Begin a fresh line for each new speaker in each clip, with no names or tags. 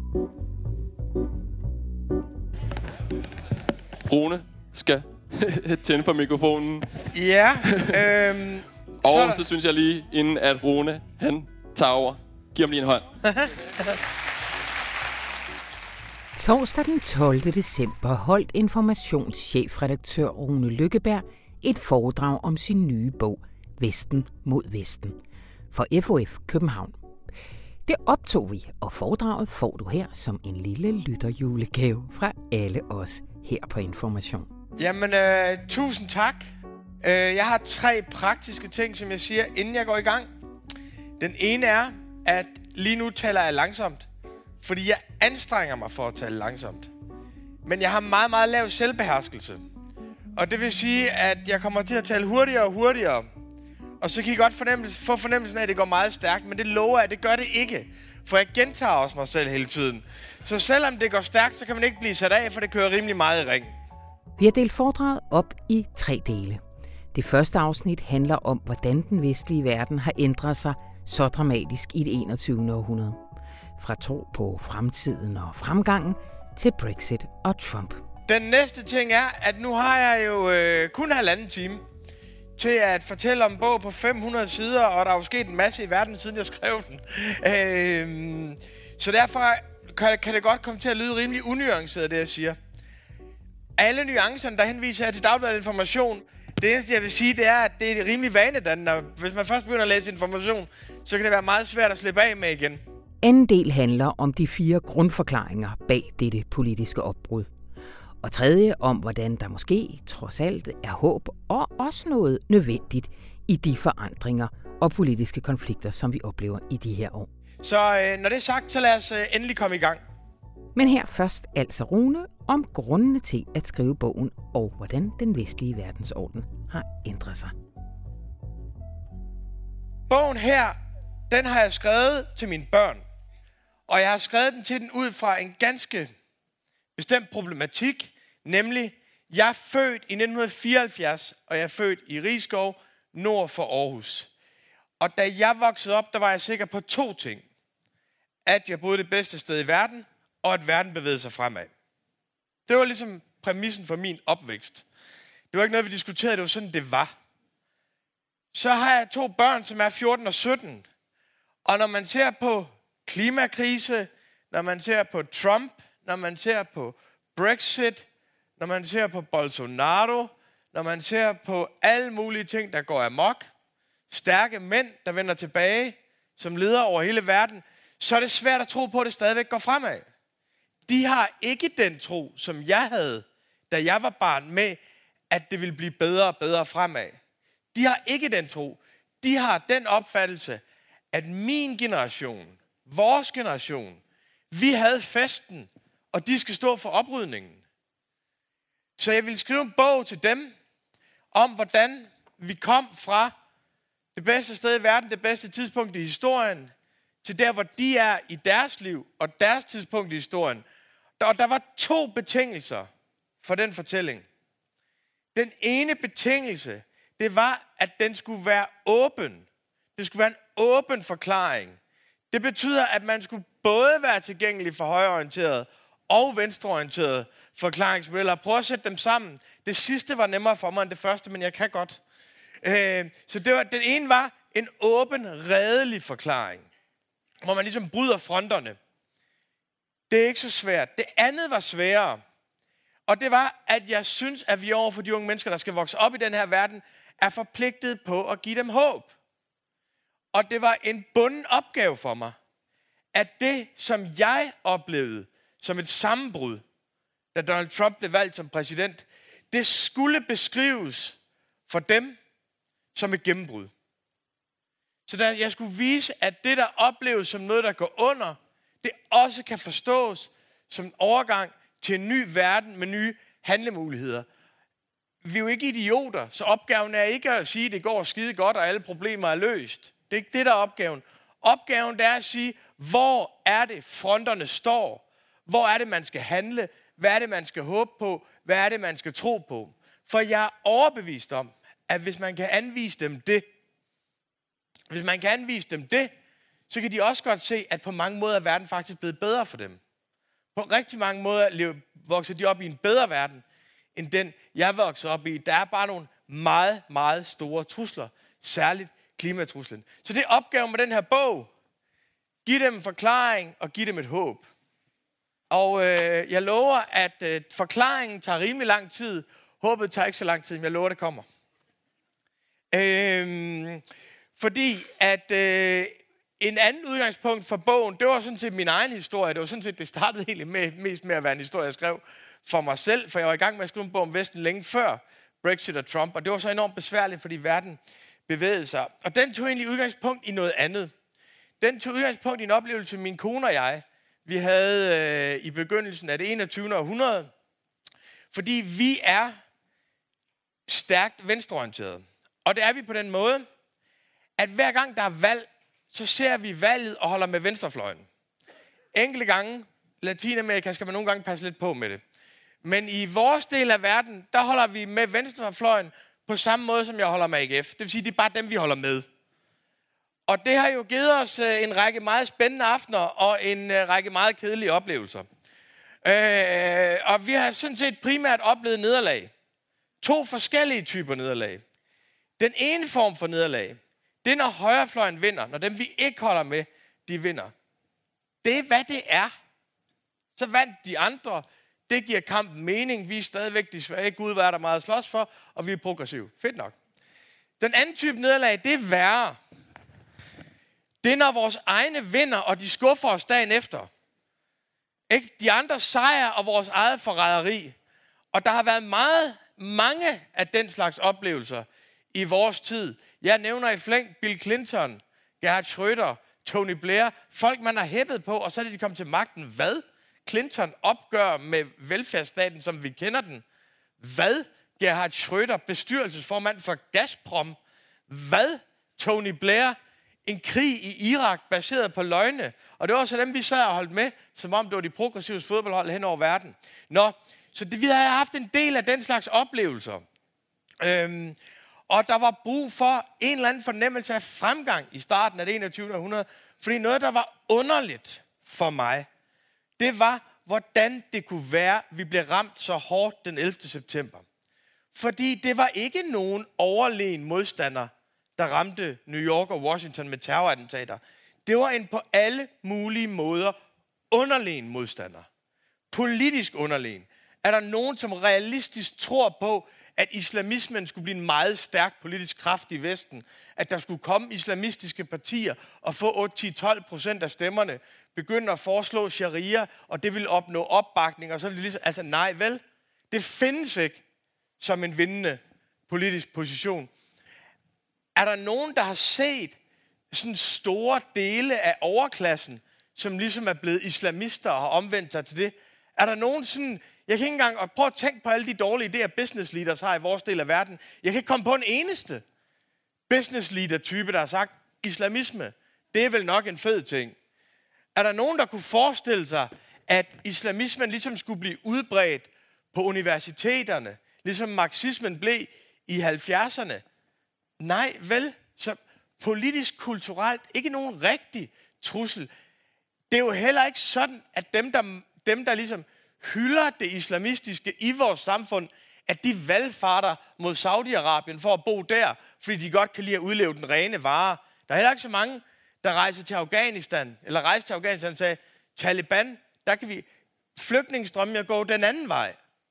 Rune skal tænde på mikrofonen.
Ja.
Og så synes jeg lige, inden at Rune, han tager over, giv ham lige en hånd.
Torsdag den 12. december holdt informationschefredaktør Rune Lykkeberg et foredrag om sin nye bog, Vesten mod Vesten, for FOF København. Det optog vi, og foredraget får du her som en lille lytterjulegave fra alle os her på Information.
Jamen, tusind tak. Jeg har 3 praktiske ting, som jeg siger, inden jeg går i gang. Den ene er, at lige nu taler jeg langsomt, fordi jeg anstrenger mig for at tale langsomt. Men jeg har meget, meget lav selvbeherskelse. Og det vil sige, at jeg kommer til at tale hurtigere og hurtigere. Og så kan I godt få fornemmelsen af, at det går meget stærkt, men det lover jeg, det gør det ikke. For jeg gentager også mig selv hele tiden. Så selvom det går stærkt, så kan man ikke blive sat af, for det kører rimelig meget i ring.
Vi har delt foredraget op i 3 dele. Det første afsnit handler om, hvordan den vestlige verden har ændret sig så dramatisk i det 21. århundrede. Fra tro på fremtiden og fremgangen til Brexit og Trump.
Den næste ting er, at nu har jeg jo kun 1,5 time til at fortælle om en bog på 500 sider, og der er jo sket en masse i verden, siden jeg skrev den. Så derfor kan det godt komme til at lyde rimelig unuanceret, det jeg siger. Alle nuancerne, der henviser her til Dagbladet Information, det eneste, jeg vil sige, det er, at det er rimelig vanedannende. Hvis man først begynder at læse information, så kan det være meget svært at slippe af med igen.
Anden del handler om de 4 grundforklaringer bag dette politiske opbrud. Og tredje om, hvordan der måske trods alt er håb og også noget nødvendigt i de forandringer og politiske konflikter, som vi oplever i de her år.
Så når det er sagt, så lad os endelig komme i gang.
Men her først altså Rune om grundene til at skrive bogen og hvordan den vestlige verdensorden har ændret sig.
Bogen her, den har jeg skrevet til mine børn. Og jeg har skrevet den til den ud fra en ganske bestemt problematik, nemlig, jeg er født i 1974, og jeg er født i Rigskov, nord for Aarhus. Og da jeg voksede op, der var jeg sikker på 2 ting. At jeg boede det bedste sted i verden, og at verden bevægede sig fremad. Det var ligesom præmissen for min opvækst. Det var ikke noget, vi diskuterede, det var sådan, det var. Så har jeg 2 børn, som er 14 og 17. Og når man ser på klimakrise, når man ser på Trump, når man ser på Brexit, når man ser på Bolsonaro, når man ser på alle mulige ting, der går amok, stærke mænd, der vender tilbage som leder over hele verden, så er det svært at tro på, at det stadigvæk går fremad. De har ikke den tro, som jeg havde, da jeg var barn, med, at det ville blive bedre og bedre fremad. De har ikke den tro. De har den opfattelse, at min generation, vores generation, vi havde festen, og de skal stå for oprydningen. Så jeg vil skrive en bog til dem, om hvordan vi kom fra det bedste sted i verden, det bedste tidspunkt i historien, til der, hvor de er i deres liv, og deres tidspunkt i historien. Og der var 2 betingelser for den fortælling. Den ene betingelse, det var, at den skulle være åben. Det skulle være en åben forklaring. Det betyder, at man skulle både være tilgængelig for højreorienterede og venstreorienterede forklaringsmodeller. Prøv at sætte dem sammen. Det sidste var nemmere for mig end det første, men jeg kan godt. Så den ene var en åben, redelig forklaring, hvor man ligesom bryder fronterne. Det er ikke så svært. Det andet var sværere. Og det var, at jeg synes, at vi over for de unge mennesker, der skal vokse op i den her verden, er forpligtet på at give dem håb. Og det var en bunden opgave for mig, at det, som jeg oplevede som et sammenbrud, da Donald Trump blev valgt som præsident, det skulle beskrives for dem som et gennembrud. Så da jeg skulle vise, at det, der opleves som noget, der går under, det også kan forstås som en overgang til en ny verden med nye handlemuligheder. Vi er jo ikke idioter, så opgaven er ikke at sige, at det går skide godt, og alle problemer er løst. Det er ikke det, der er opgaven. Opgaven er at sige, hvor er det fronterne står? Hvor er det, man skal handle? Hvad er det, man skal håbe på? Hvad er det, man skal tro på? For jeg er overbevist om, at hvis man kan anvise dem det, så kan de også godt se, at på mange måder er verden faktisk blevet bedre for dem. på rigtig mange måder vokser de op i en bedre verden, end den, jeg voksede op i. Der er bare nogle meget, meget store trusler, særligt klimatruslen. Så det er opgaven med den her bog. Giv dem en forklaring og giv dem et håb. Og jeg lover, at forklaringen tager rimelig lang tid. Håbet tager ikke så lang tid, men jeg lover, det kommer. Fordi at en anden udgangspunkt for bogen, det var sådan set min egen historie. Det var sådan set, det startede egentlig mest med at være en historie, jeg skrev for mig selv. For jeg var i gang med at skrive en bog om Vesten længe før Brexit og Trump. Og det var så enormt besværligt, fordi verden bevægede sig. Og den tog egentlig udgangspunkt i noget andet. Den tog udgangspunkt i en oplevelse, min kone og jeg, vi havde i begyndelsen af det 21. århundrede. Fordi vi er stærkt venstreorienterede. Og det er vi på den måde, at hver gang der er valg, så ser vi valget og holder med venstrefløjen. Enkelte gange, Latinamerika skal man nogle gange passe lidt på med det. Men i vores del af verden, der holder vi med venstrefløjen på samme måde, som jeg holder med AGF. Det vil sige, det er bare dem, vi holder med. Og det har jo givet os en række meget spændende aftener og en række meget kedelige oplevelser. Og vi har sådan set primært oplevet nederlag. 2 forskellige typer nederlag. Den ene form for nederlag, det er når højrefløjen vinder, når dem vi ikke holder med, de vinder. Det er hvad det er. Så vandt de andre. Det giver kampen mening. Vi er stadigvæk de svage. Gud, hvad er der meget at slås for, og vi er progressive. Fedt nok. Den anden type nederlag, det er værre. Det er når vores egne vinder, og de skuffer os dagen efter. Ikke? De andre sejre og vores eget forræderi. Og der har været mange af den slags oplevelser i vores tid. Jeg nævner i flæng Bill Clinton, Gerhard Schröder, Tony Blair. Folk, man har hæppet på, og så er de kommet til magten. Hvad? Clinton opgør med velfærdsstaten, som vi kender den. Hvad? Gerhard Schröder, bestyrelsesformand for Gazprom. Hvad? Tony Blair, en krig i Irak baseret på løgne. Og det var også dem, vi sad og holdt med, som om det var de progressives fodboldhold hen over verden. Så vi har haft en del af den slags oplevelser. Og der var brug for en eller anden fornemmelse af fremgang i starten af det 21. århundrede. Fordi noget, der var underligt for mig, det var, hvordan det kunne være, vi blev ramt så hårdt den 11. september. Fordi det var ikke nogen overlegen modstander, der ramte New York og Washington med terrorattentater. Det var en på alle mulige måder underlegen modstander. Politisk underlegen. Er der nogen, som realistisk tror på, at islamismen skulle blive en meget stærk politisk kraft i Vesten? At der skulle komme islamistiske partier og få 8-10-12% af stemmerne, begynde at foreslå sharia, og det ville opnå opbakning, og så ville det ligesom, altså nej vel, det findes ikke som en vindende politisk position. Er der nogen, der har set sådan store dele af overklassen, som ligesom er blevet islamister og har omvendt sig til det? Er der nogen sådan, jeg kan ikke engang, prøv at tænke på alle de dårlige idéer, business leaders har i vores del af verden. Jeg kan ikke komme på en eneste business leader type, der har sagt, islamisme, det er vel nok en fed ting. Er der nogen, der kunne forestille sig, at islamismen ligesom skulle blive udbredt på universiteterne, ligesom marxismen blev i 70'erne? Nej, vel? Så politisk, kulturelt, ikke nogen rigtig trussel. Det er jo heller ikke sådan, at dem, der ligesom hylder det islamistiske i vores samfund, at de valgfarter mod Saudi-Arabien for at bo der, fordi de godt kan lide at udleve den rene vare. Der er heller ikke så mange, der rejser til Afghanistan, eller rejser til Afghanistan og sagde, Taliban, der kan vi flygtningestrømme gå den anden vej.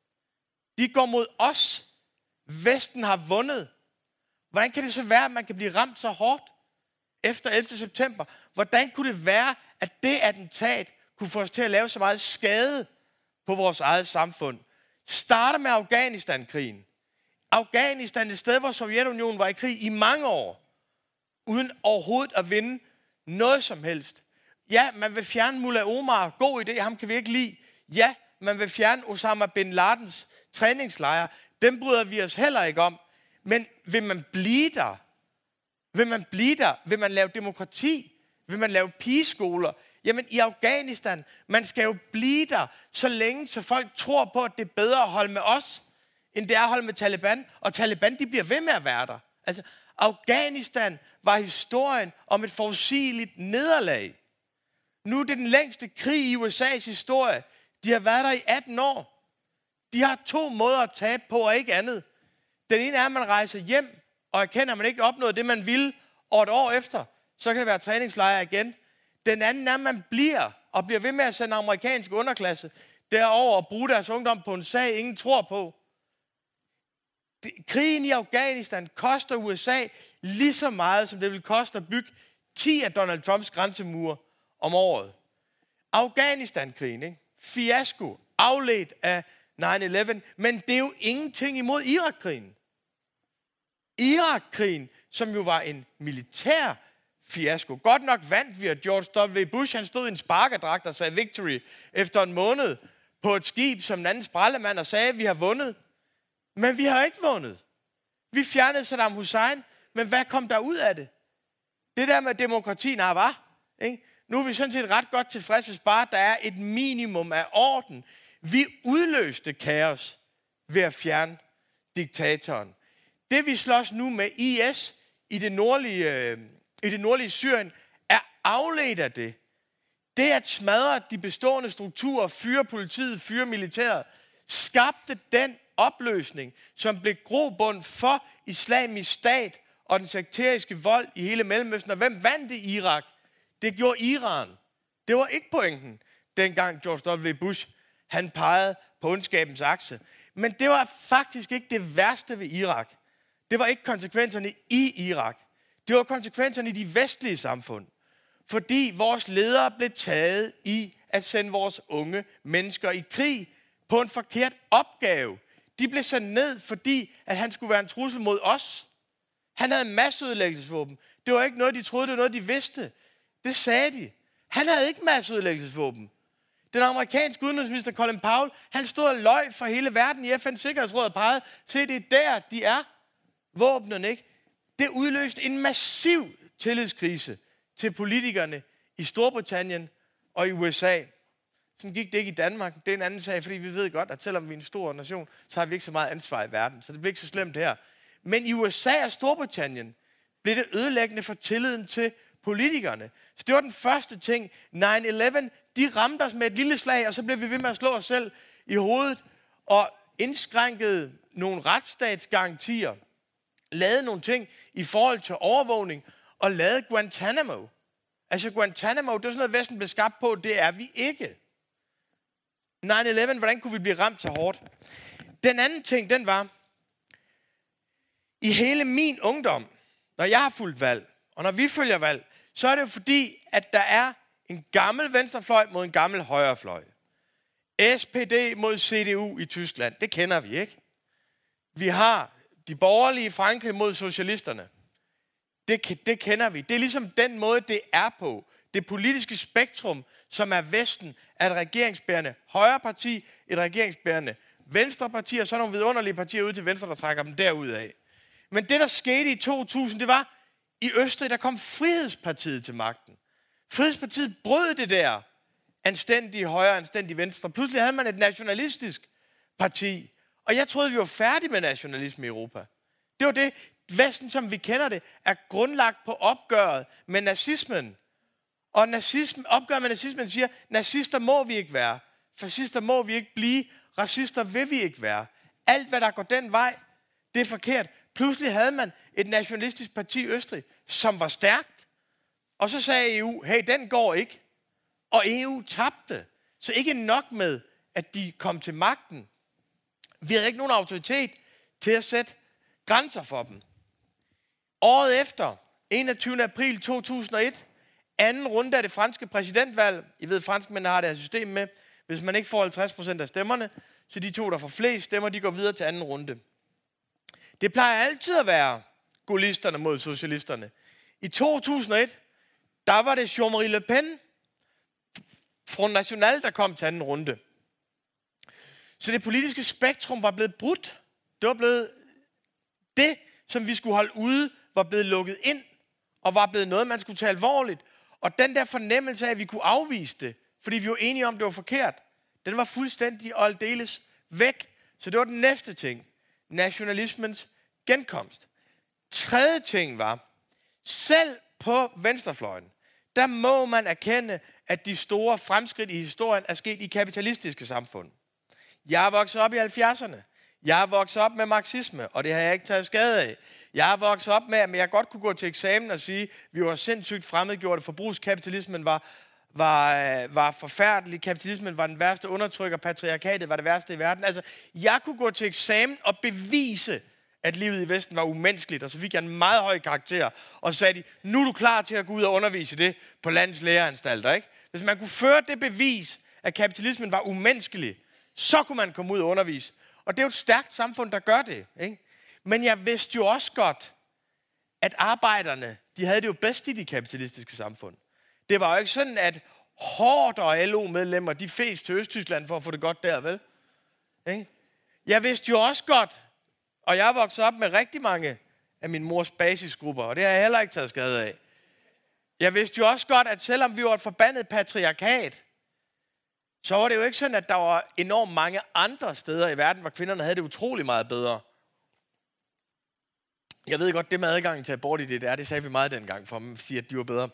De går mod os. Vesten har vundet. Hvordan kan det så være, at man kan blive ramt så hårdt efter 11. september? Hvordan kunne det være, at det attentat kunne få os til at lave så meget skade på vores eget samfund? Starter med Afghanistan-krigen. Afghanistan er et sted, hvor Sovjetunionen var i krig i mange år, uden overhovedet at vinde noget som helst. Ja, man vil fjerne Mullah Omar. God idé, ham kan vi ikke lide. Ja, man vil fjerne Osama bin Ladens træningslejre. Dem bryder vi os heller ikke om. Men vil man blive der? Vil man blive der? Vil man lave demokrati? Vil man lave pigeskoler? Jamen i Afghanistan, man skal jo blive der, så længe så folk tror på, at det er bedre at holde med os, end det er at holde med Taliban. Og Taliban, de bliver ved med at være der. Altså, Afghanistan var historien om et forudsigeligt nederlag. Nu er det den længste krig i USA's historie. De har været der i 18 år. De har 2 måder at tabe på, og ikke andet. Den ene er, at man rejser hjem og erkender, at man ikke opnåede det, man ville, og et år efter, så kan det være træningslejre igen. Den anden er, at man bliver ved med at sende amerikansk underklasse derover og bruge deres ungdom på en sag, ingen tror på. Krigen i Afghanistan koster USA lige så meget, som det vil koste at bygge 10 af Donald Trumps grænsemure om året. Afghanistan-krigen, ikke? Fiasko, afledt af 9/11, men det er jo ingenting imod Irak-krigen. Irak-krigen, som jo var en militær fiasko. Godt nok vandt vi, at George W. Bush, han stod i en sparkerdragt og sagde victory efter en måned på et skib som en anden sprallemand og sagde, at vi har vundet. Men vi har ikke vundet. Vi fjernede Saddam Hussein, men hvad kom der ud af det? Det der med demokrati, var, ikke? Nu er vi sådan set ret godt tilfredse, hvis bare der er et minimum af orden. Vi udløste kaos ved at fjerne diktatoren. Det vi slås nu med IS i det nordlige Syrien, er afledt af det. Det at smadre de bestående strukturer, fyre politiet, fyre militæret, skabte den opløsning, som blev grobund for islamisk stat og den sekteriske vold i hele Mellemøsten. Og hvem vandt i Irak? Det gjorde Iran. Det var ikke pointen, dengang George W. Bush han pegede på ondskabens akse. Men det var faktisk ikke det værste ved Irak. Det var ikke konsekvenserne i Irak. Det var konsekvenserne i de vestlige samfund. Fordi vores ledere blev taget i at sende vores unge mennesker i krig på en forkert opgave. De blev sendt ned, fordi at han skulle være en trussel mod os. Han havde masseødelæggelsesvåben. Det var ikke noget, de troede, det var noget, de vidste. Det sagde de. Han havde ikke masseødelæggelsesvåben. Den amerikanske udenrigsminister Colin Powell, han stod og løj for hele verden i FN's Sikkerhedsråd og pegede, se, det er der, de er. Våbnene, ikke? Det udløste en massiv tillidskrise til politikerne i Storbritannien og i USA. Sådan gik det ikke i Danmark. Det er en anden sag, fordi vi ved godt, at selvom vi er en stor nation, så har vi ikke så meget ansvar i verden. Så det bliver ikke så slemt her. Men i USA og Storbritannien blev det ødelæggende for tilliden til politikerne. Så det var den første ting. 9/11, de ramte os med et lille slag, og så blev vi ved med at slå os selv i hovedet og indskrænkede nogle retsstatsgarantier, lavede nogle ting i forhold til overvågning og lavede Guantanamo. Altså Guantanamo, det var sådan noget, Vesten blev skabt på, det er vi ikke. 9/11, hvordan kunne vi blive ramt så hårdt? Den anden ting, den var, i hele min ungdom, når jeg har fulgt valg, og når vi følger valg, så er det jo fordi, at der er en gammel venstrefløj mod en gammel højrefløj. SPD mod CDU i Tyskland, det kender vi, ikke? Vi har de borgerlige i Frankrig mod socialisterne. Det kender vi. Det er ligesom den måde, det er på. Det politiske spektrum, som er Vesten, er et regeringsbærende højreparti, et regeringsbærende venstreparti, og så nogle vidunderlige partier ude til venstre, der trækker dem derud af. Men det, der skete i 2000, det var, i Østrig, der kom Frihedspartiet til magten. Frihedspartiet brød det der anstændige højre, anstændige venstre. Pludselig havde man et nationalistisk parti. Og jeg troede, vi var færdige med nationalisme i Europa. Det var det. Vesten, som vi kender det, er grundlagt på opgøret med nazismen. Og opgøret med nazismen siger, nazister må vi ikke være. Fascister må vi ikke blive. Racister vil vi ikke være. Alt, hvad der går den vej, det er forkert. Pludselig havde man et nationalistisk parti i Østrig, som var stærkt. Og så sagde EU, hey, den går ikke. Og EU tabte. Så ikke nok med, at de kom til magten. Vi havde ikke nogen autoritet til at sætte grænser for dem. Året efter, 21. april 2001, anden runde af det franske præsidentvalg. I ved, franskmændene har det her system med. Hvis man ikke får 50% af stemmerne, så de to, der får flest stemmer, de går videre til anden runde. Det plejer altid at være gaullisterne mod socialisterne. I 2001, der var det Jean-Marie Le Pen, Front National, der kom til anden runde. Så det politiske spektrum var blevet brudt. Det var blevet det, som vi skulle holde ude, var blevet lukket ind, og var blevet noget, man skulle tage alvorligt. Og den der fornemmelse af, at vi kunne afvise det, fordi vi var enige om, det var forkert, den var fuldstændig og aldeles væk. Så det var den næste ting. Nationalismens genkomst. Tredje ting var, selv på venstrefløjen, der må man erkende, at de store fremskridt i historien er sket i kapitalistiske samfund. Jeg er vokset op i 70'erne. Jeg er vokset op med marxisme, og det har jeg ikke taget skade af. Jeg er vokset op med, at jeg godt kunne gå til eksamen og sige, at vi var sindssygt fremmedgjorte. Forbrugskapitalismen var forfærdelig. Kapitalismen var den værste undertrykker. Patriarkatet var det værste i verden. Altså, jeg kunne gå til eksamen og bevise, at livet i Vesten var umenneskeligt. Og så fik jeg en meget høj karakter. Og så sagde de, nu er du klar til at gå ud og undervise det på landets læreanstalter, ikke? Hvis man kunne føre det bevis, at kapitalismen var umenneskelig, så kunne man komme ud og undervise. Og det er jo et stærkt samfund, der gør det, ikke? Men jeg vidste jo også godt, at arbejderne, de havde det jo bedst i de kapitalistiske samfund. Det var jo ikke sådan, at hårdt og LO-medlemmer, de fes til Østtyskland for at få det godt der, vel? Ikke? Jeg vidste jo også godt, og jeg er vokset op med rigtig mange af min mors basisgrupper, og det har jeg heller ikke taget skade af. Jeg vidste jo også godt, at selvom vi var et forbandet patriarkat, så var det jo ikke sådan, at der var enormt mange andre steder i verden, hvor kvinderne havde det utrolig meget bedre. Jeg ved godt, det med adgangen til abort i DDR, det sagde vi meget dengang, for at sige, at de var bedre.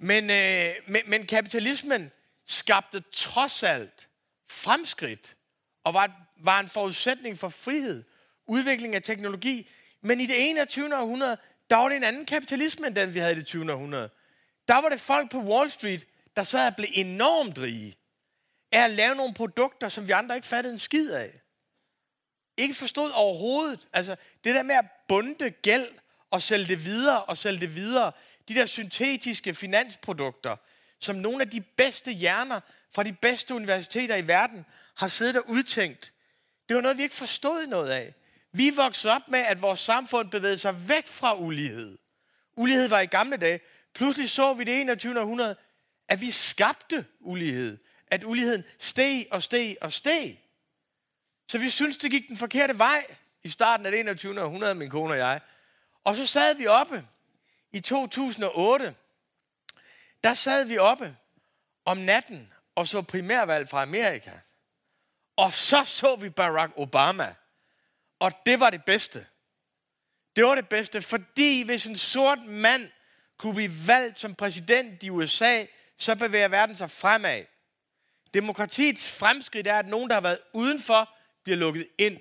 Men kapitalismen skabte trods alt fremskridt, og var en forudsætning for frihed, udvikling af teknologi. Men i det 21. århundrede, der var det en anden kapitalisme, end den vi havde i det 20. århundrede. Der var det folk på Wall Street, der sad og blev enormt rige af at lave nogle produkter, som vi andre ikke fattede en skid af. Ikke forstod overhovedet. Altså, det der med at bunde gæld og sælge det videre og sælge det videre. De der syntetiske finansprodukter, som nogle af de bedste hjerner fra de bedste universiteter i verden har siddet og udtænkt. Det var noget, vi ikke forstod noget af. Vi voksede op med, at vores samfund bevægede sig væk fra ulighed. Ulighed var i gamle dage. Pludselig så vi det 21. århundrede, at vi skabte ulighed. At uligheden steg og steg og steg. Så vi syntes, det gik den forkerte vej i starten af det 21. århundrede, min kone og jeg. Og så sad vi oppe i 2008. Der sad vi oppe om natten og så primærvalg fra Amerika. Og så vi Barack Obama. Og det var det bedste. Det var det bedste, fordi hvis en sort mand kunne blive valgt som præsident i USA, så bevæger verden sig fremad. Demokratiets fremskridt er, at nogen, der har været udenfor, bliver lukket ind.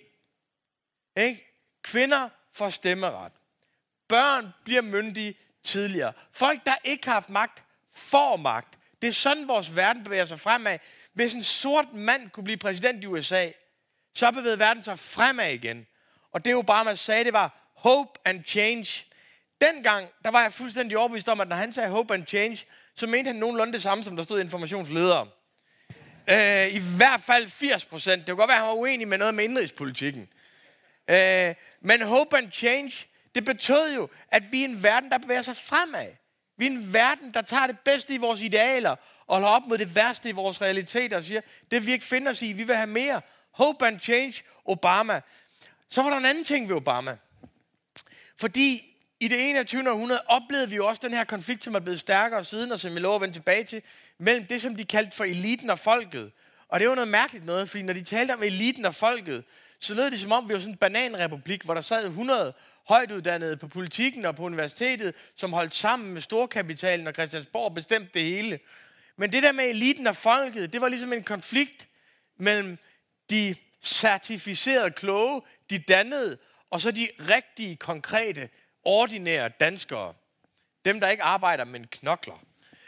Ikke? Kvinder får stemmeret. Børn bliver myndige tidligere. Folk, der ikke har haft magt, får magt. Det er sådan, vores verden bevæger sig fremad. Hvis en sort mand kunne blive præsident i USA, så bevæger verden sig fremad igen. Og det Obama sagde, det var hope and change. Dengang, der var jeg fuldstændig overbevist om, at når han sagde hope and change, så mente han nogenlunde det samme, som der stod i informationsledere. I hvert fald 80%. Det kunne godt være, at han var uenig med noget med indrigspolitikken. Men hope and change, det betød jo, at vi er en verden, der bevæger sig fremad. Vi er en verden, der tager det bedste i vores idealer og holder op mod det værste i vores realiteter og siger, det vi ikke finder os i, vi vil have mere. Hope and change, Obama. Så var der en anden ting ved Obama. Fordi i det 21. århundrede oplevede vi jo også den her konflikt, som er blevet stærkere siden, og som vi lover at vende tilbage til, mellem det, som de kaldte for eliten og folket. Og det var noget mærkeligt noget, fordi når de talte om eliten og folket, så lød det som om, vi var sådan en bananrepublik, hvor der sad 100 højtuddannede på politikken og på universitetet, som holdt sammen med storkapitalen og Christiansborg bestemte det hele. Men det der med eliten og folket, det var ligesom en konflikt mellem de certificerede kloge, de dannede, og så de rigtige, konkrete, ordinære danskere. Dem, der ikke arbejder, men knokler.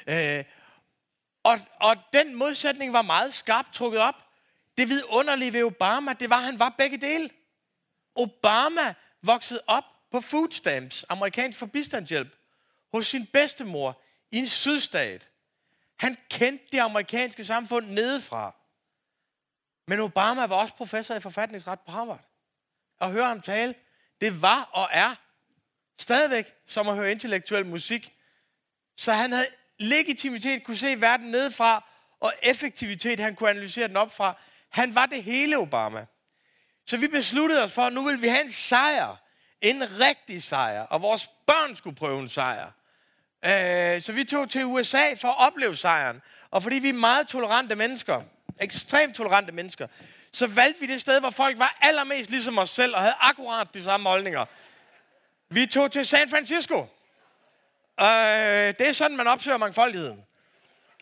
Og den modsætning var meget skarpt trukket op. Det vidunderlige ved Obama, det var, at han var begge dele. Obama voksede op på food stamps, amerikansk for bistandshjælp, hos sin bedstemor i en sydstat. Han kendte det amerikanske samfund nedefra. Men Obama var også professor i forfatningsret på Harvard. Og høre ham tale, det var og er stadigvæk som at høre intellektuel musik. Så han havde legitimitet, kunne se verden nedefra, og effektivitet, han kunne analysere den op fra. Han var det hele, Obama. Så vi besluttede os for, at nu ville vi have en sejr. En rigtig sejr. Og vores børn skulle prøve en sejr. Så vi tog til USA for at opleve sejren. Og fordi vi er meget tolerante mennesker, ekstremt tolerante mennesker, så valgte vi det sted, hvor folk var allermest ligesom os selv, og havde akkurat de samme holdninger. Vi tog til San Francisco. Det er sådan, man opsøger mangfoldigheden.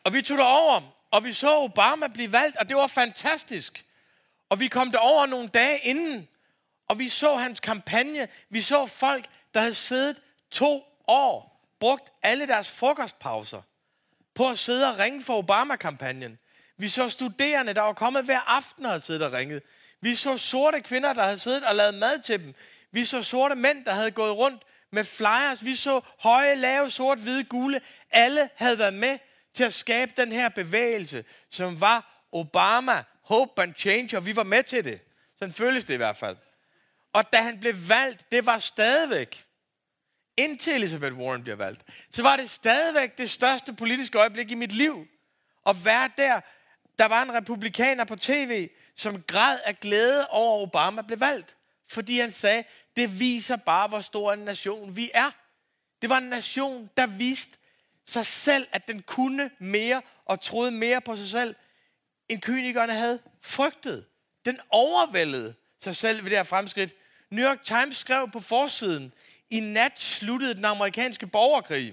Og vi tog derover, og vi så Obama blive valgt, og det var fantastisk. Og vi kom derover nogle dage inden, og vi så hans kampagne. Vi så folk, der havde siddet 2 år, brugt alle deres frokostpauser på at sidde og ringe for Obama-kampagnen. Vi så studerende, der var kommet hver aften og havde siddet og ringet. Vi så sorte kvinder, der havde siddet og lavet mad til dem. Vi så sorte mænd, der havde gået rundt med flyers. Vi så høje, lave, sort, hvide, gule. Alle havde været med til at skabe den her bevægelse, som var Obama, Hope and Change, og vi var med til det. Sådan føles det i hvert fald. Og da han blev valgt, det var stadigvæk, indtil Elizabeth Warren bliver valgt, så var det stadigvæk det største politiske øjeblik i mit liv. At være der. Der var en republikaner på tv, som græd af glæde over, at Obama blev valgt. Fordi han sagde, det viser bare, hvor stor en nation vi er. Det var en nation, der viste sig selv, at den kunne mere og troede mere på sig selv, end kynikerne havde frygtet. Den overvældede sig selv ved det her fremskridt. New York Times skrev på forsiden, i nat sluttede den amerikanske borgerkrig.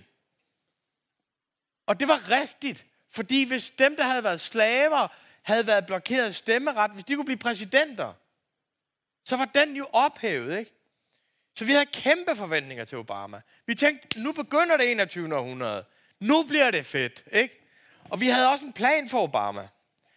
Og det var rigtigt, fordi hvis dem, der havde været slaver, havde været blokeret stemmeret, hvis de kunne blive præsidenter, så var den jo ophævet, ikke? Så vi havde kæmpe forventninger til Obama. Vi tænkte, nu begynder det 21. århundrede. Nu bliver det fedt, ikke? Og vi havde også en plan for Obama.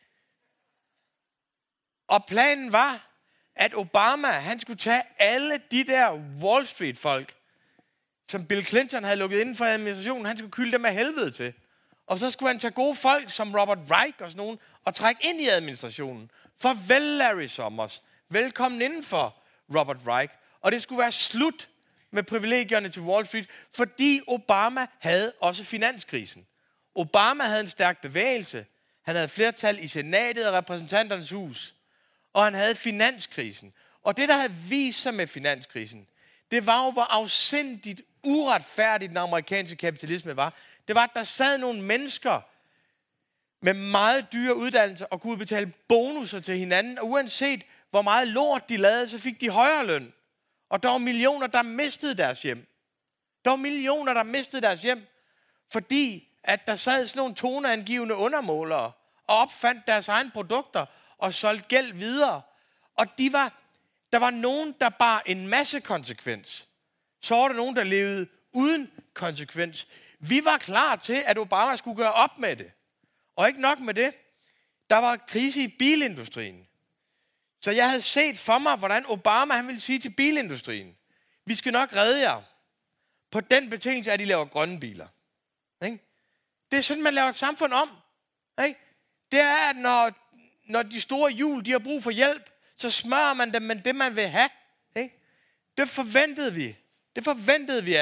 Og planen var, at Obama, han skulle tage alle de der Wall Street-folk, som Bill Clinton havde lukket inden for administrationen, han skulle kylde dem af helvede til. Og så skulle han tage gode folk som Robert Reich og sådan nogen, og trække ind i administrationen. Farvel Larry Summers. Velkommen indenfor, Robert Reich. Og det skulle være slut med privilegierne til Wall Street, fordi Obama havde også finanskrisen. Obama havde en stærk bevægelse. Han havde flertal i senatet og repræsentanternes hus. Og han havde finanskrisen. Og det, der havde vist sig med finanskrisen, det var jo, hvor afsindigt uretfærdigt den amerikanske kapitalisme var. Det var, at der sad nogle mennesker med meget dyre uddannelser og kunne betale bonusser til hinanden. Og uanset hvor meget lort de lavede, så fik de højere løn. Og der var millioner, der mistede deres hjem. Der var millioner, der mistede deres hjem, fordi at der sad sådan nogle toneangivende undermålere og opfandt deres egne produkter og solgte gæld videre. Og der var nogen, der bar en masse konsekvens. Så var der nogen, der levede uden konsekvens. Vi var klar til, at Obama skulle gøre op med det. Og ikke nok med det. Der var krise i bilindustrien. Så jeg havde set for mig, hvordan Obama han ville sige til bilindustrien, vi skal nok redde jer på den betingelse, at I laver grønne biler. Ikke? Det er sådan, man laver et samfund om. Ikke? Det er, at når de store hjul, de har brug for hjælp, så smører man dem med det, man vil have. Ikke? Det forventede vi. Det forventede vi,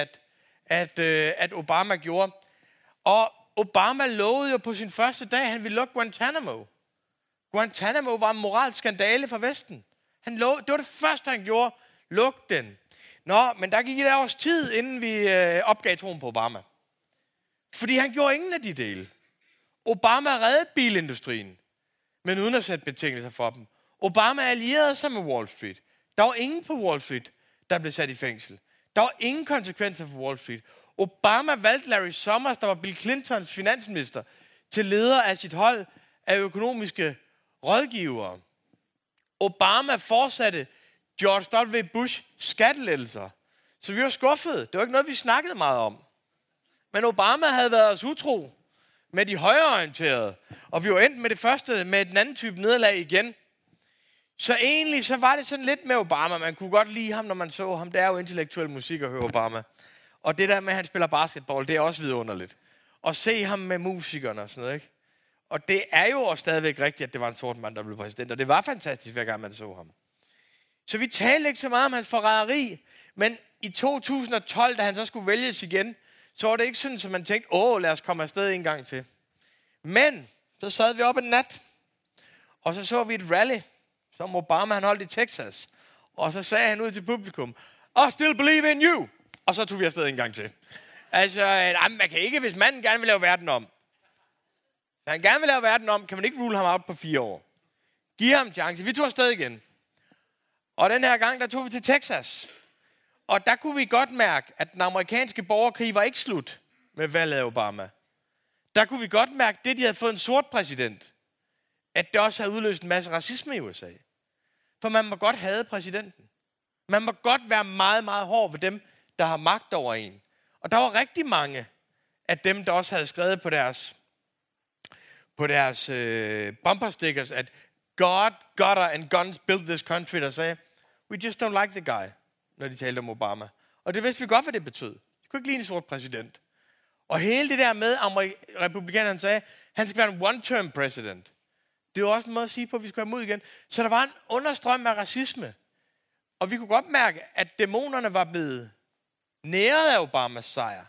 at Obama gjorde. Og Obama lovede jo på sin første dag, at han ville lukke Guantanamo. Guantanamo var en moralsk skandale for Vesten. Det var det første, han gjorde. Luk den. Nå, men der gik et års tid, inden vi opgav troen på Obama. Fordi han gjorde ingen af de dele. Obama reddede bilindustrien, men uden at sætte betingelser for dem. Obama allierede sig med Wall Street. Der var ingen på Wall Street, der blev sat i fængsel. Der var ingen konsekvenser for Wall Street. Obama valgte Larry Summers, der var Bill Clintons finansminister, til leder af sit hold af økonomiske rådgivere. Obama fortsatte George W. Bush skattelettelser. Så vi var skuffede. Det var ikke noget, vi snakkede meget om. Men Obama havde været os utro med de højreorienterede. Og vi var endt med det første, med den anden type nederlag igen. Så egentlig så var det sådan lidt med Obama. Man kunne godt lide ham, når man så ham. Det er jo intellektuel musik at høre Obama. Og det der med, at han spiller basketball, det er også vidunderligt. Og se ham med musikerne og sådan noget, ikke? Og det er jo også stadigvæk rigtigt, at det var en sort mand, der blev præsident. Og det var fantastisk, hver gang man så ham. Så vi talte ikke så meget om hans forræderi. Men i 2012, da han så skulle vælges igen, så var det ikke sådan, at man tænkte, lad os komme afsted en gang til. Men så sad vi op en nat, og så vi et rally, som Obama han holdt i Texas. Og så sagde han ud til publikum, I still believe in you. Og så tog vi afsted en gang til. Altså, man kan ikke, hvis manden gerne vil lave verden om. Hvis han gerne vil lave verden om, kan man ikke rule ham out på 4 år. Giv ham en chance. Vi tog afsted igen. Og den her gang, der tog vi til Texas. Og der kunne vi godt mærke, at den amerikanske borgerkrig var ikke slut med valget af Obama. der kunne vi godt mærke, det de havde fået en sort præsident, at det også havde udløst en masse racisme i USA. For man må godt hade præsidenten. Man må godt være meget, meget hård ved dem, der har magt over en. Og der var rigtig mange af dem, der også havde skrevet på deres bumperstickers, at God, gutter and guns built this country, der sagde, we just don't like the guy, når de talte om Obama. Og det vidste vi godt, hvad det betød. De kunne ikke lide en sort præsident. Og hele det der med, republikanerne sagde, han skal være en one-term president. Det var også en måde at sige på, at vi skulle have mod igen. Så der var en understrøm af racisme. Og vi kunne godt mærke, at dæmonerne var blevet næret af Obamas sejr.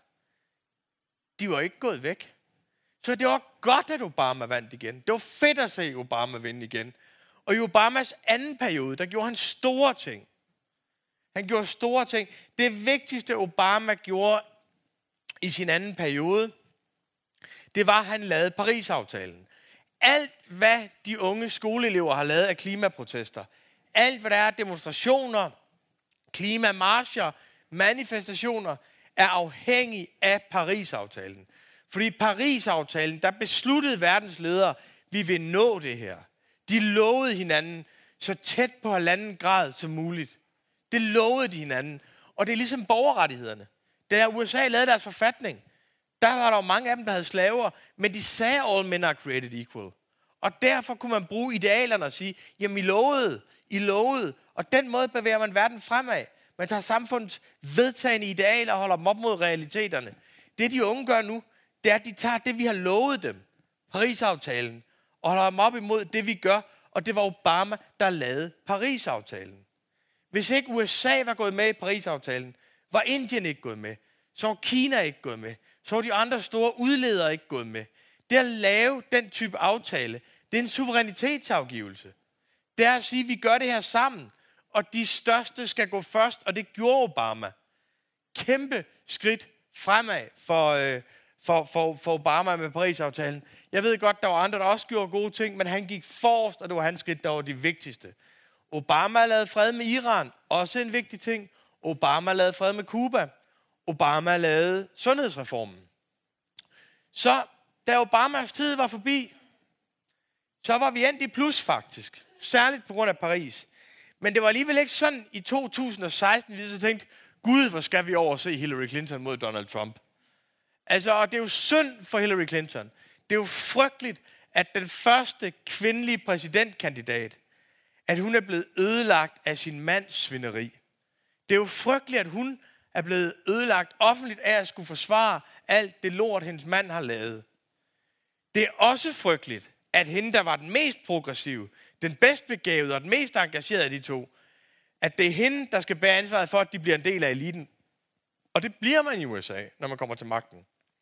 De var ikke gået væk. Så det var godt, at Obama vandt igen. Det var fedt at se Obama vinde igen. Og i Obamas anden periode, der gjorde han store ting. Han gjorde store ting. Det vigtigste Obama gjorde i sin anden periode, det var, at han lavede Paris-aftalen. Alt, hvad de unge skoleelever har lavet af klimaprotester, alt, hvad der er demonstrationer, klimamarcher, manifestationer, er afhængig af Paris-aftalen. Fordi i Paris-aftalen, der besluttede verdens ledere, vi vil nå det her. De lovede hinanden så tæt på 1,5 grad som muligt. Det lovede de hinanden. Og det er ligesom borgerrettighederne. Da USA lavede deres forfatning, der var der jo mange af dem, der havde slaver, men de sagde, all men are created equal. Og derfor kunne man bruge idealerne og sige, jamen I lovede, og den måde bevæger man verden fremad. Man tager samfundets vedtagende idealer og holder dem op mod realiteterne. Det de unge gør nu, det er, at de tager det, vi har lovet dem, Paris-aftalen, og holder dem op imod det, vi gør, og det var Obama, der lavede Paris-aftalen. Hvis ikke USA var gået med i Paris-aftalen, var Indien ikke gået med, så var Kina ikke gået med, så var de andre store udledere ikke gået med. Det at lave den type aftale, det er en suverænitetsafgivelse. Det er at sige, at vi gør det her sammen, og de største skal gå først, og det gjorde Obama. Kæmpe skridt fremad for Obama med Paris-aftalen. Jeg ved godt, der var andre, der også gjorde gode ting, men han gik forrest, og det var hans skridt, der var de vigtigste. Obama lavede fred med Iran, også en vigtig ting. Obama lavede fred med Cuba. Obama lavede sundhedsreformen. Så da Obamas tid var forbi, så var vi endt i plus faktisk. Særligt på grund af Paris. Men det var alligevel ikke sådan i 2016, vi så tænkte, Gud, hvor skal vi overse Hillary Clinton mod Donald Trump. Altså, og det er jo synd for Hillary Clinton. Det er jo frygteligt, at den første kvindelige præsidentkandidat, at hun er blevet ødelagt af sin mands svineri. Det er jo frygteligt, at hun er blevet ødelagt offentligt af at skulle forsvare alt det lort, hendes mand har lavet. Det er også frygteligt, at hende, der var den mest progressive, den bedst begavede og den mest engagerede af de to, at det er hende, der skal bære ansvaret for, at de bliver en del af eliten. Og det bliver man i USA, når man kommer til magten.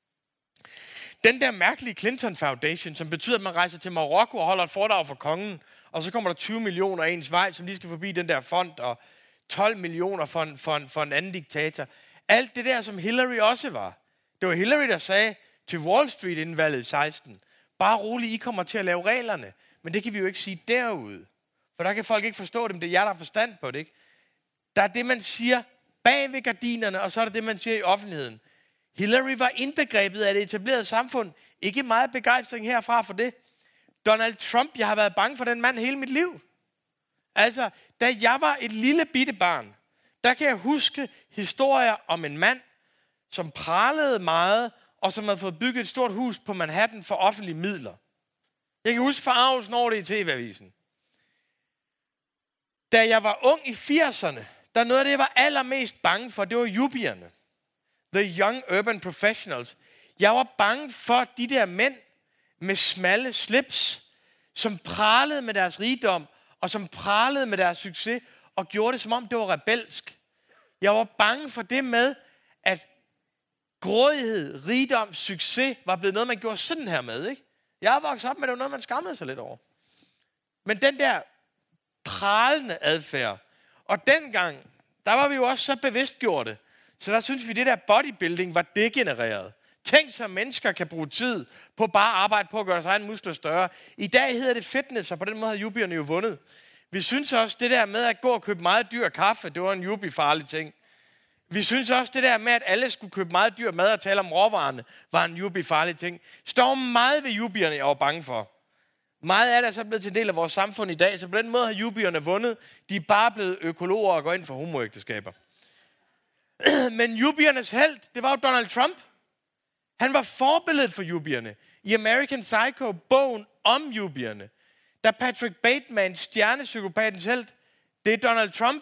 Den der mærkelige Clinton Foundation, som betyder, at man rejser til Marokko og holder et foredrag for kongen, og så kommer der 20 millioner af ens vej, som lige skal forbi den der fond, og 12 millioner for en anden diktator. Alt det der, som Hillary også var. Det var Hillary, der sagde til Wall Street inden valget i 16, bare roligt, I kommer til at lave reglerne. Men det kan vi jo ikke sige derude. For der kan folk ikke forstå dem. Det er jer, der har forstand på det, ikke? Der er det, man siger bag ved gardinerne, og så er der det, man siger i offentligheden. Hillary var indbegrebet af det etablerede samfund. Ikke meget begejstring herfra for det. Donald Trump, jeg har været bange for den mand hele mit liv. Altså, da jeg var et lille bitte barn, der kan jeg huske historier om en mand, som pralede meget, og som havde fået bygget et stort hus på Manhattan for offentlige midler. Jeg kan huske forarvelsen over det i TV-avisen. Da jeg var ung i 80'erne, der noget af det, jeg var allermest bange for, det var yuppie'erne. The Young Urban Professionals. Jeg var bange for de der mænd med smalle slips, som pralede med deres rigdom, og som pralede med deres succes, og gjorde det, som om det var rebelsk. Jeg var bange for det med, at grådighed, rigdom, succes var blevet noget, man gjorde sådan her med, ikke? Jeg har vokset op med, det var noget, man skammede sig lidt over. Men den der pralende adfærd, og dengang, der var vi jo også så bevidstgjorte, så der synes vi, det der bodybuilding var degenereret. Tænk så, mennesker kan bruge tid på bare at arbejde på at gøre deres egen muskler større. I dag hedder det fitness, og på den måde har yuppierne jo vundet. Vi synes også, det der med at gå og købe meget dyr kaffe, det var en yuppie-farlig ting. Vi synes også, det der med, at alle skulle købe meget dyr mad og tale om råvarerne, var en yuppie-farlig ting. Står meget ved yuppierne, jeg var bange for. Meget af det er så blevet til en del af vores samfund i dag, så på den måde har yuppierne vundet. De er bare blevet økologer og går ind for homoægteskaber. Men yuppiernes helt, det var jo Donald Trump. Han var forbilledet for yuppierne. I American Psycho, bogen om yuppierne, der Patrick Bateman, stjernepsykopatens helt, det er Donald Trump.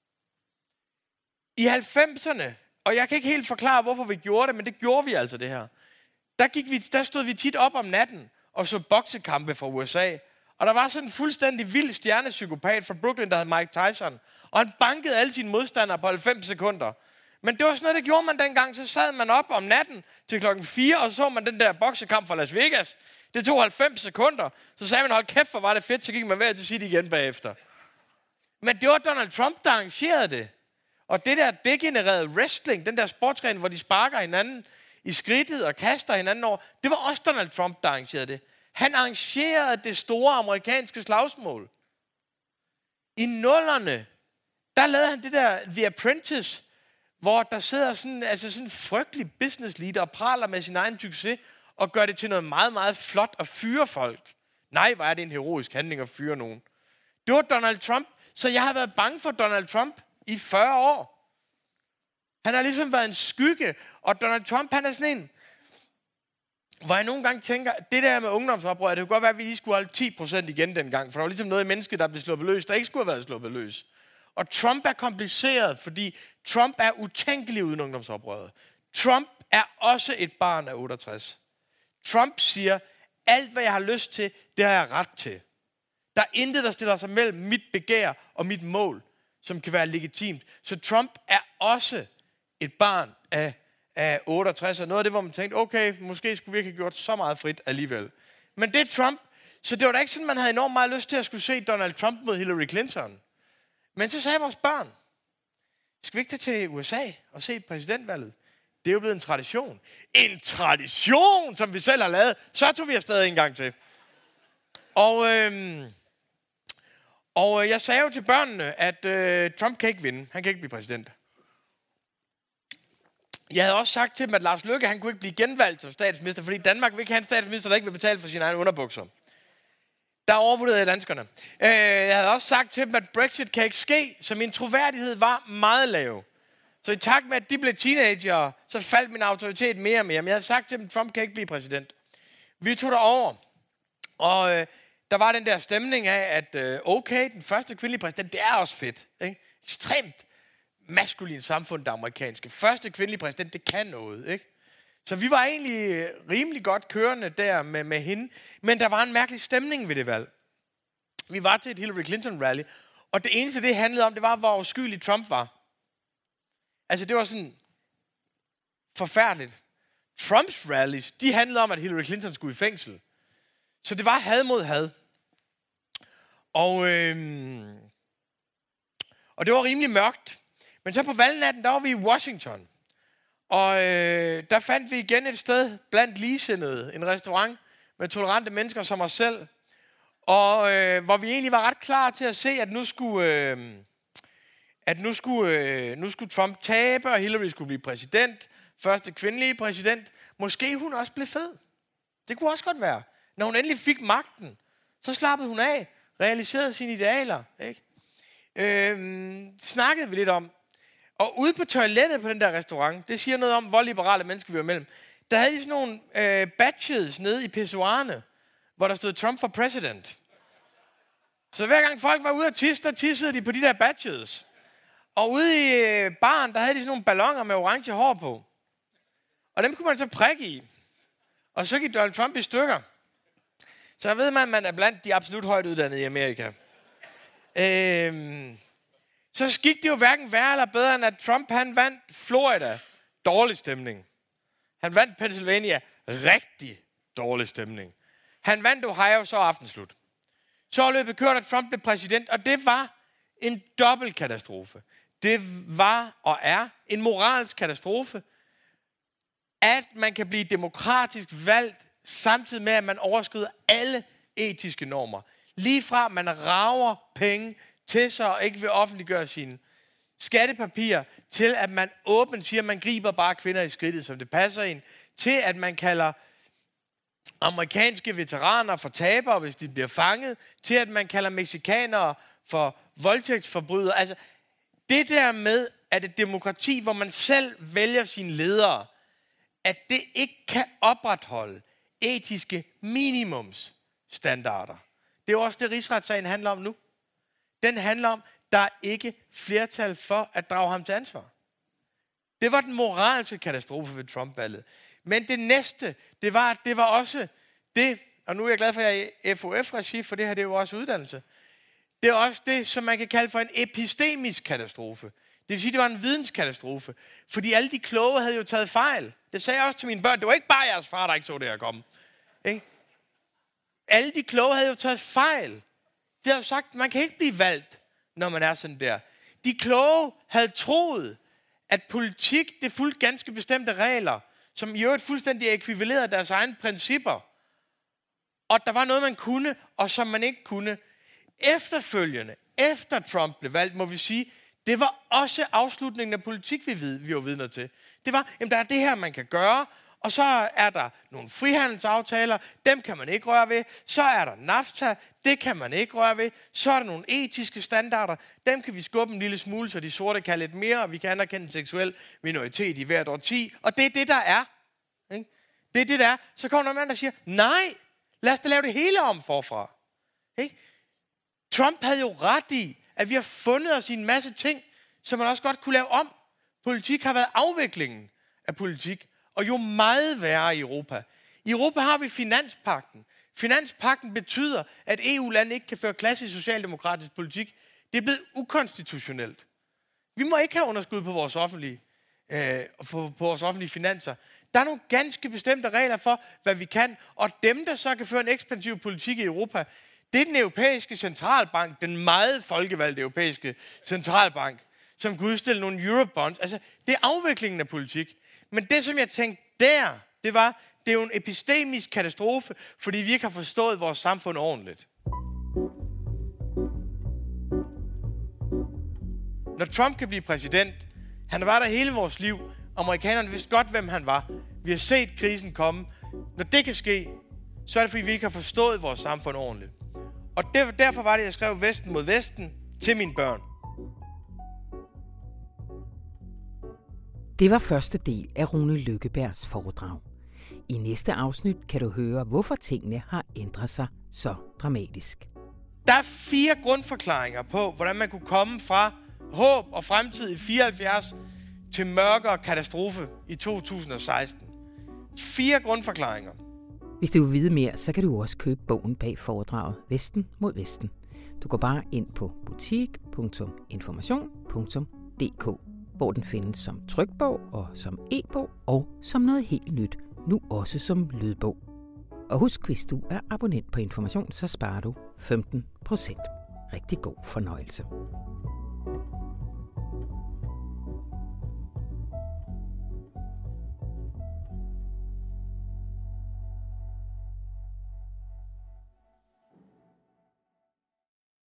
I 90'erne, og jeg kan ikke helt forklare, hvorfor vi gjorde det, men det gjorde vi altså det her. Der stod vi tit op om natten og så boksekampe fra USA. Og der var sådan en fuldstændig vild stjernepsykopat fra Brooklyn, der hed Mike Tyson. Og han bankede alle sine modstandere på 90 sekunder. Men det var sådan noget, det gjorde man dengang. Så sad man op om natten til klokken 4, og så man den der boksekamp fra Las Vegas. Det tog 90 sekunder. Så sagde man, hold kæft, hvor var det fedt, så gik man hver til sit igen bagefter. Men det var Donald Trump, der arrangerede det. Og det der degenererede wrestling, den der sportsgren, hvor de sparker hinanden i skridtet og kaster hinanden over, det var også Donald Trump, der arrangerede det. Han arrangerede det store amerikanske slagsmål. I 00'erne, der lavede han det der The Apprentice, hvor der sidder sådan en frygtelig business leader og praler med sin egen succes og gør det til noget meget, meget flot at fyre folk. Nej, hvor er det en heroisk handling at fyre nogen. Det var Donald Trump, så jeg har været bange for Donald Trump i 40 år. Han har ligesom været en skygge, og Donald Trump, han er sådan en, hvor jeg nogle gange tænker, det der med ungdomsoprør, det kunne godt være, at vi lige skulle holde 10% igen dengang, for der var ligesom noget i mennesket, der blev sluppet løs, der ikke skulle have været sluppet løs. Og Trump er kompliceret, fordi Trump er utænkelig uden ungdomsoprøret. Trump er også et barn af 68. Trump siger, alt hvad jeg har lyst til, det har jeg ret til. Der er intet, der stiller sig mellem mit begær og mit mål, som kan være legitimt. Så Trump er også et barn af 68, og noget af det, hvor man tænkte, okay, måske skulle vi ikke have gjort så meget frit alligevel. Men det er Trump, så det var da ikke sådan, man havde enormt meget lyst til at skulle se Donald Trump mod Hillary Clinton. Men så sagde vores børn, skal vi ikke tage til USA og se præsidentvalget? Det er jo blevet en tradition. En tradition, som vi selv har lavet. Så tog vi afsted en gang til. Og jeg sagde jo til børnene, at Trump kan ikke vinde. Han kan ikke blive præsident. Jeg havde også sagt til dem, at Lars Løkke, han kunne ikke blive genvalgt som statsminister, fordi Danmark vil ikke have en statsminister, der ikke vil betale for sine egne underbukser. Der overvurderede jeg danskerne. Jeg havde også sagt til dem, at Brexit kan ikke ske, så min troværdighed var meget lav. Så i takt med, at de blev teenager, så faldt min autoritet mere og mere. Men jeg havde sagt til dem, at Trump kan ikke blive præsident. Vi tog derover, og der var den der stemning af, at okay, den første kvindelige præsident, det er også fedt. Ikke? Ekstremt maskulin samfund, det amerikanske. Første kvindelige præsident, det kan noget, ikke? Så vi var egentlig rimelig godt kørende der med hende, men der var en mærkelig stemning ved det valg. Vi var til et Hillary Clinton rally, og det eneste, det handlede om, det var, hvor uskyldig Trump var. Altså, det var sådan forfærdeligt. Trumps rallies, de handlede om, at Hillary Clinton skulle i fængsel. Så det var had mod had. Og det var rimelig mørkt. Men så på valgnatten, der var vi i Washington. Og der fandt vi igen et sted blandt ligesindede, en restaurant med tolerante mennesker som os selv. Og hvor vi egentlig var ret klar til at se, at nu skulle Trump tabe, og Hillary skulle blive præsident. Første kvindelige præsident. Måske hun også blev fed. Det kunne også godt være. Når hun endelig fik magten, så slappede hun af, realiserede sine idealer. Ikke? Snakkede vi lidt om. Og ude på toilettet på den der restaurant, det siger noget om, hvor liberale mennesker vi var imellem. Der havde de sådan nogle badges nede i pissoirerne, hvor der stod Trump for president. Så hver gang folk var ude at tisse, der tissede de på de der badges. Og ude i baren, der havde de sådan nogle balloner med orange hår på. Og dem kunne man så prikke i. Og så gik Donald Trump i stykker. Så ved man, at man er blandt de absolut højt uddannede i Amerika. Så gik det jo hverken værre eller bedre, end at Trump, han vandt Florida. Dårlig stemning. Han vandt Pennsylvania. Rigtig dårlig stemning. Han vandt Ohio, så aftenslut. Så er løbet kørt, at Trump blev præsident, og det var en dobbelt katastrofe. Det var og er en moralsk katastrofe, at man kan blive demokratisk valgt, samtidig med, at man overskrider alle etiske normer. Lige fra, at man rager penge til sig og ikke vil offentliggøre skattepapirer, til at man åbent siger, at man griber bare kvinder i skridtet, som det passer ind, til at man kalder amerikanske veteraner for tabere, hvis de bliver fanget, til at man kalder mexikanere for voldtægtsforbrydere. Altså, det der med, at et demokrati, hvor man selv vælger sine ledere, at det ikke kan opretholde etiske minimumsstandarder. Det er jo også det, rigsretssagen handler om nu. Den handler om, der er ikke flertal for at drage ham til ansvar. Det var den moralske katastrofe ved Trump-valget. Men det næste, det var også det, og nu er jeg glad for, at jeg er i FOF-regi, for det her det er jo også uddannelse. Det er også det, som man kan kalde for en epistemisk katastrofe. Det vil sige, det var en videnskatastrofe. Fordi alle de kloge havde jo taget fejl. Det sagde jeg også til mine børn. Det var ikke bare jeres far, der ikke så det her komme. Ikke? Alle de kloge havde jo taget fejl. De havde jo sagt, man kan ikke blive valgt, når man er sådan der. De kloge havde troet, at politik, det fulgte ganske bestemte regler, som i øvrigt fuldstændig ekvivalerede deres egne principper. Og der var noget, man kunne, og som man ikke kunne. Efterfølgende, efter Trump blev valgt, må vi sige, det var også afslutningen af politik, vi var vidner til. Det var, jamen der er det her, man kan gøre, og så er der nogle frihandelsaftaler, dem kan man ikke røre ved. Så er der NAFTA, det kan man ikke røre ved. Så er der nogle etiske standarder, dem kan vi skubbe en lille smule, så de sorte kan lidt mere, og vi kan anerkende en seksuel minoritet i hvert årti. Og det er det, der er. Ikke? Det er det, der er. Så kommer der en mand, der siger, nej, lad os da lave det hele om forfra. Ikke? Trump havde jo ret i, at vi har fundet os i en masse ting, som man også godt kunne lave om. Politik har været afviklingen af politik, og jo meget værre i Europa. I Europa har vi finanspagten. Finanspagten betyder, at EU-lande ikke kan føre klassisk socialdemokratisk politik. Det er blevet ukonstitutionelt. Vi må ikke have underskud på vores offentlige finanser. Der er nogle ganske bestemte regler for, hvad vi kan, og dem, der så kan føre en ekspansiv politik i Europa, det er den europæiske centralbank, den meget folkevalgte europæiske centralbank, som kunne udstille nogle eurobonds. Altså, det er afviklingen af politik. Men det, som jeg tænkte der, det er jo en epistemisk katastrofe, fordi vi ikke har forstået vores samfund ordentligt. Når Trump kan blive præsident, han var der hele vores liv. Amerikanerne vidste godt, hvem han var. Vi har set krisen komme. Når det kan ske, så er det, fordi vi ikke har forstået vores samfund ordentligt. Og derfor var det, jeg skrev Vesten mod Vesten til mine børn.
Det var første del af Rune Lykkebergs foredrag. I næste afsnit kan du høre, hvorfor tingene har ændret sig så dramatisk.
Der er 4 grundforklaringer på, hvordan man kunne komme fra håb og fremtid i 74 til mørkere katastrofe i 2016. 4 grundforklaringer.
Hvis du vil vide mere, så kan du også købe bogen bag foredraget Vesten mod Vesten. Du går bare ind på butik.information.dk, hvor den findes som trykbog og som e-bog og som noget helt nyt, nu også som lydbog. Og husk, hvis du er abonnent på Information, så sparer du 15%. Rigtig god fornøjelse.